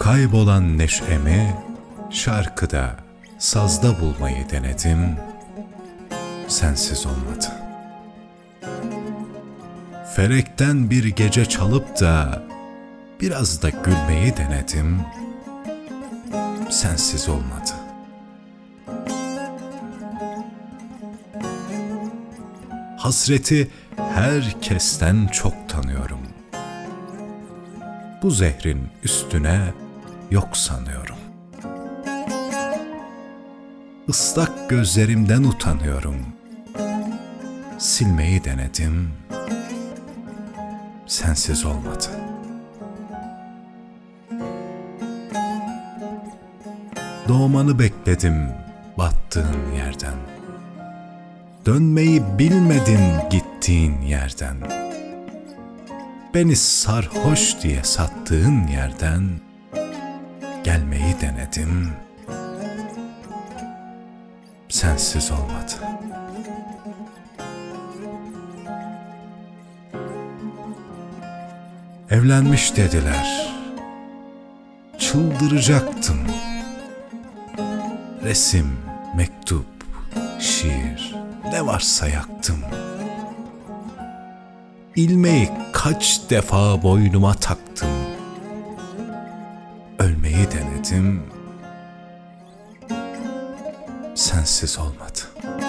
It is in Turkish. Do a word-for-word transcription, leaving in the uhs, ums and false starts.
Kaybolan neşemi şarkıda, sazda bulmayı denedim, sensiz olmadı. Felekten bir gece çalıp da biraz da gülmeyi denedim, sensiz olmadı. Hasreti herkesten çok tanıyorum. Bu zehrin üstüne yok sanıyorum. Islak gözlerimden utanıyorum. Silmeyi denedim, sensiz olmadı. Doğmanı bekledim battığın yerden. Dönmeyi bilmedin gittiğin yerden. Beni sarhoş diye sattığın yerden gelmeyi denedim, sensiz olmadı. Evlenmiş dediler, çıldıracaktım. Resim, mektup, şiir, ne varsa yaktım. İlmeği kaç defa boynuma taktım. Ölmeyi denedim, sensiz olmadı.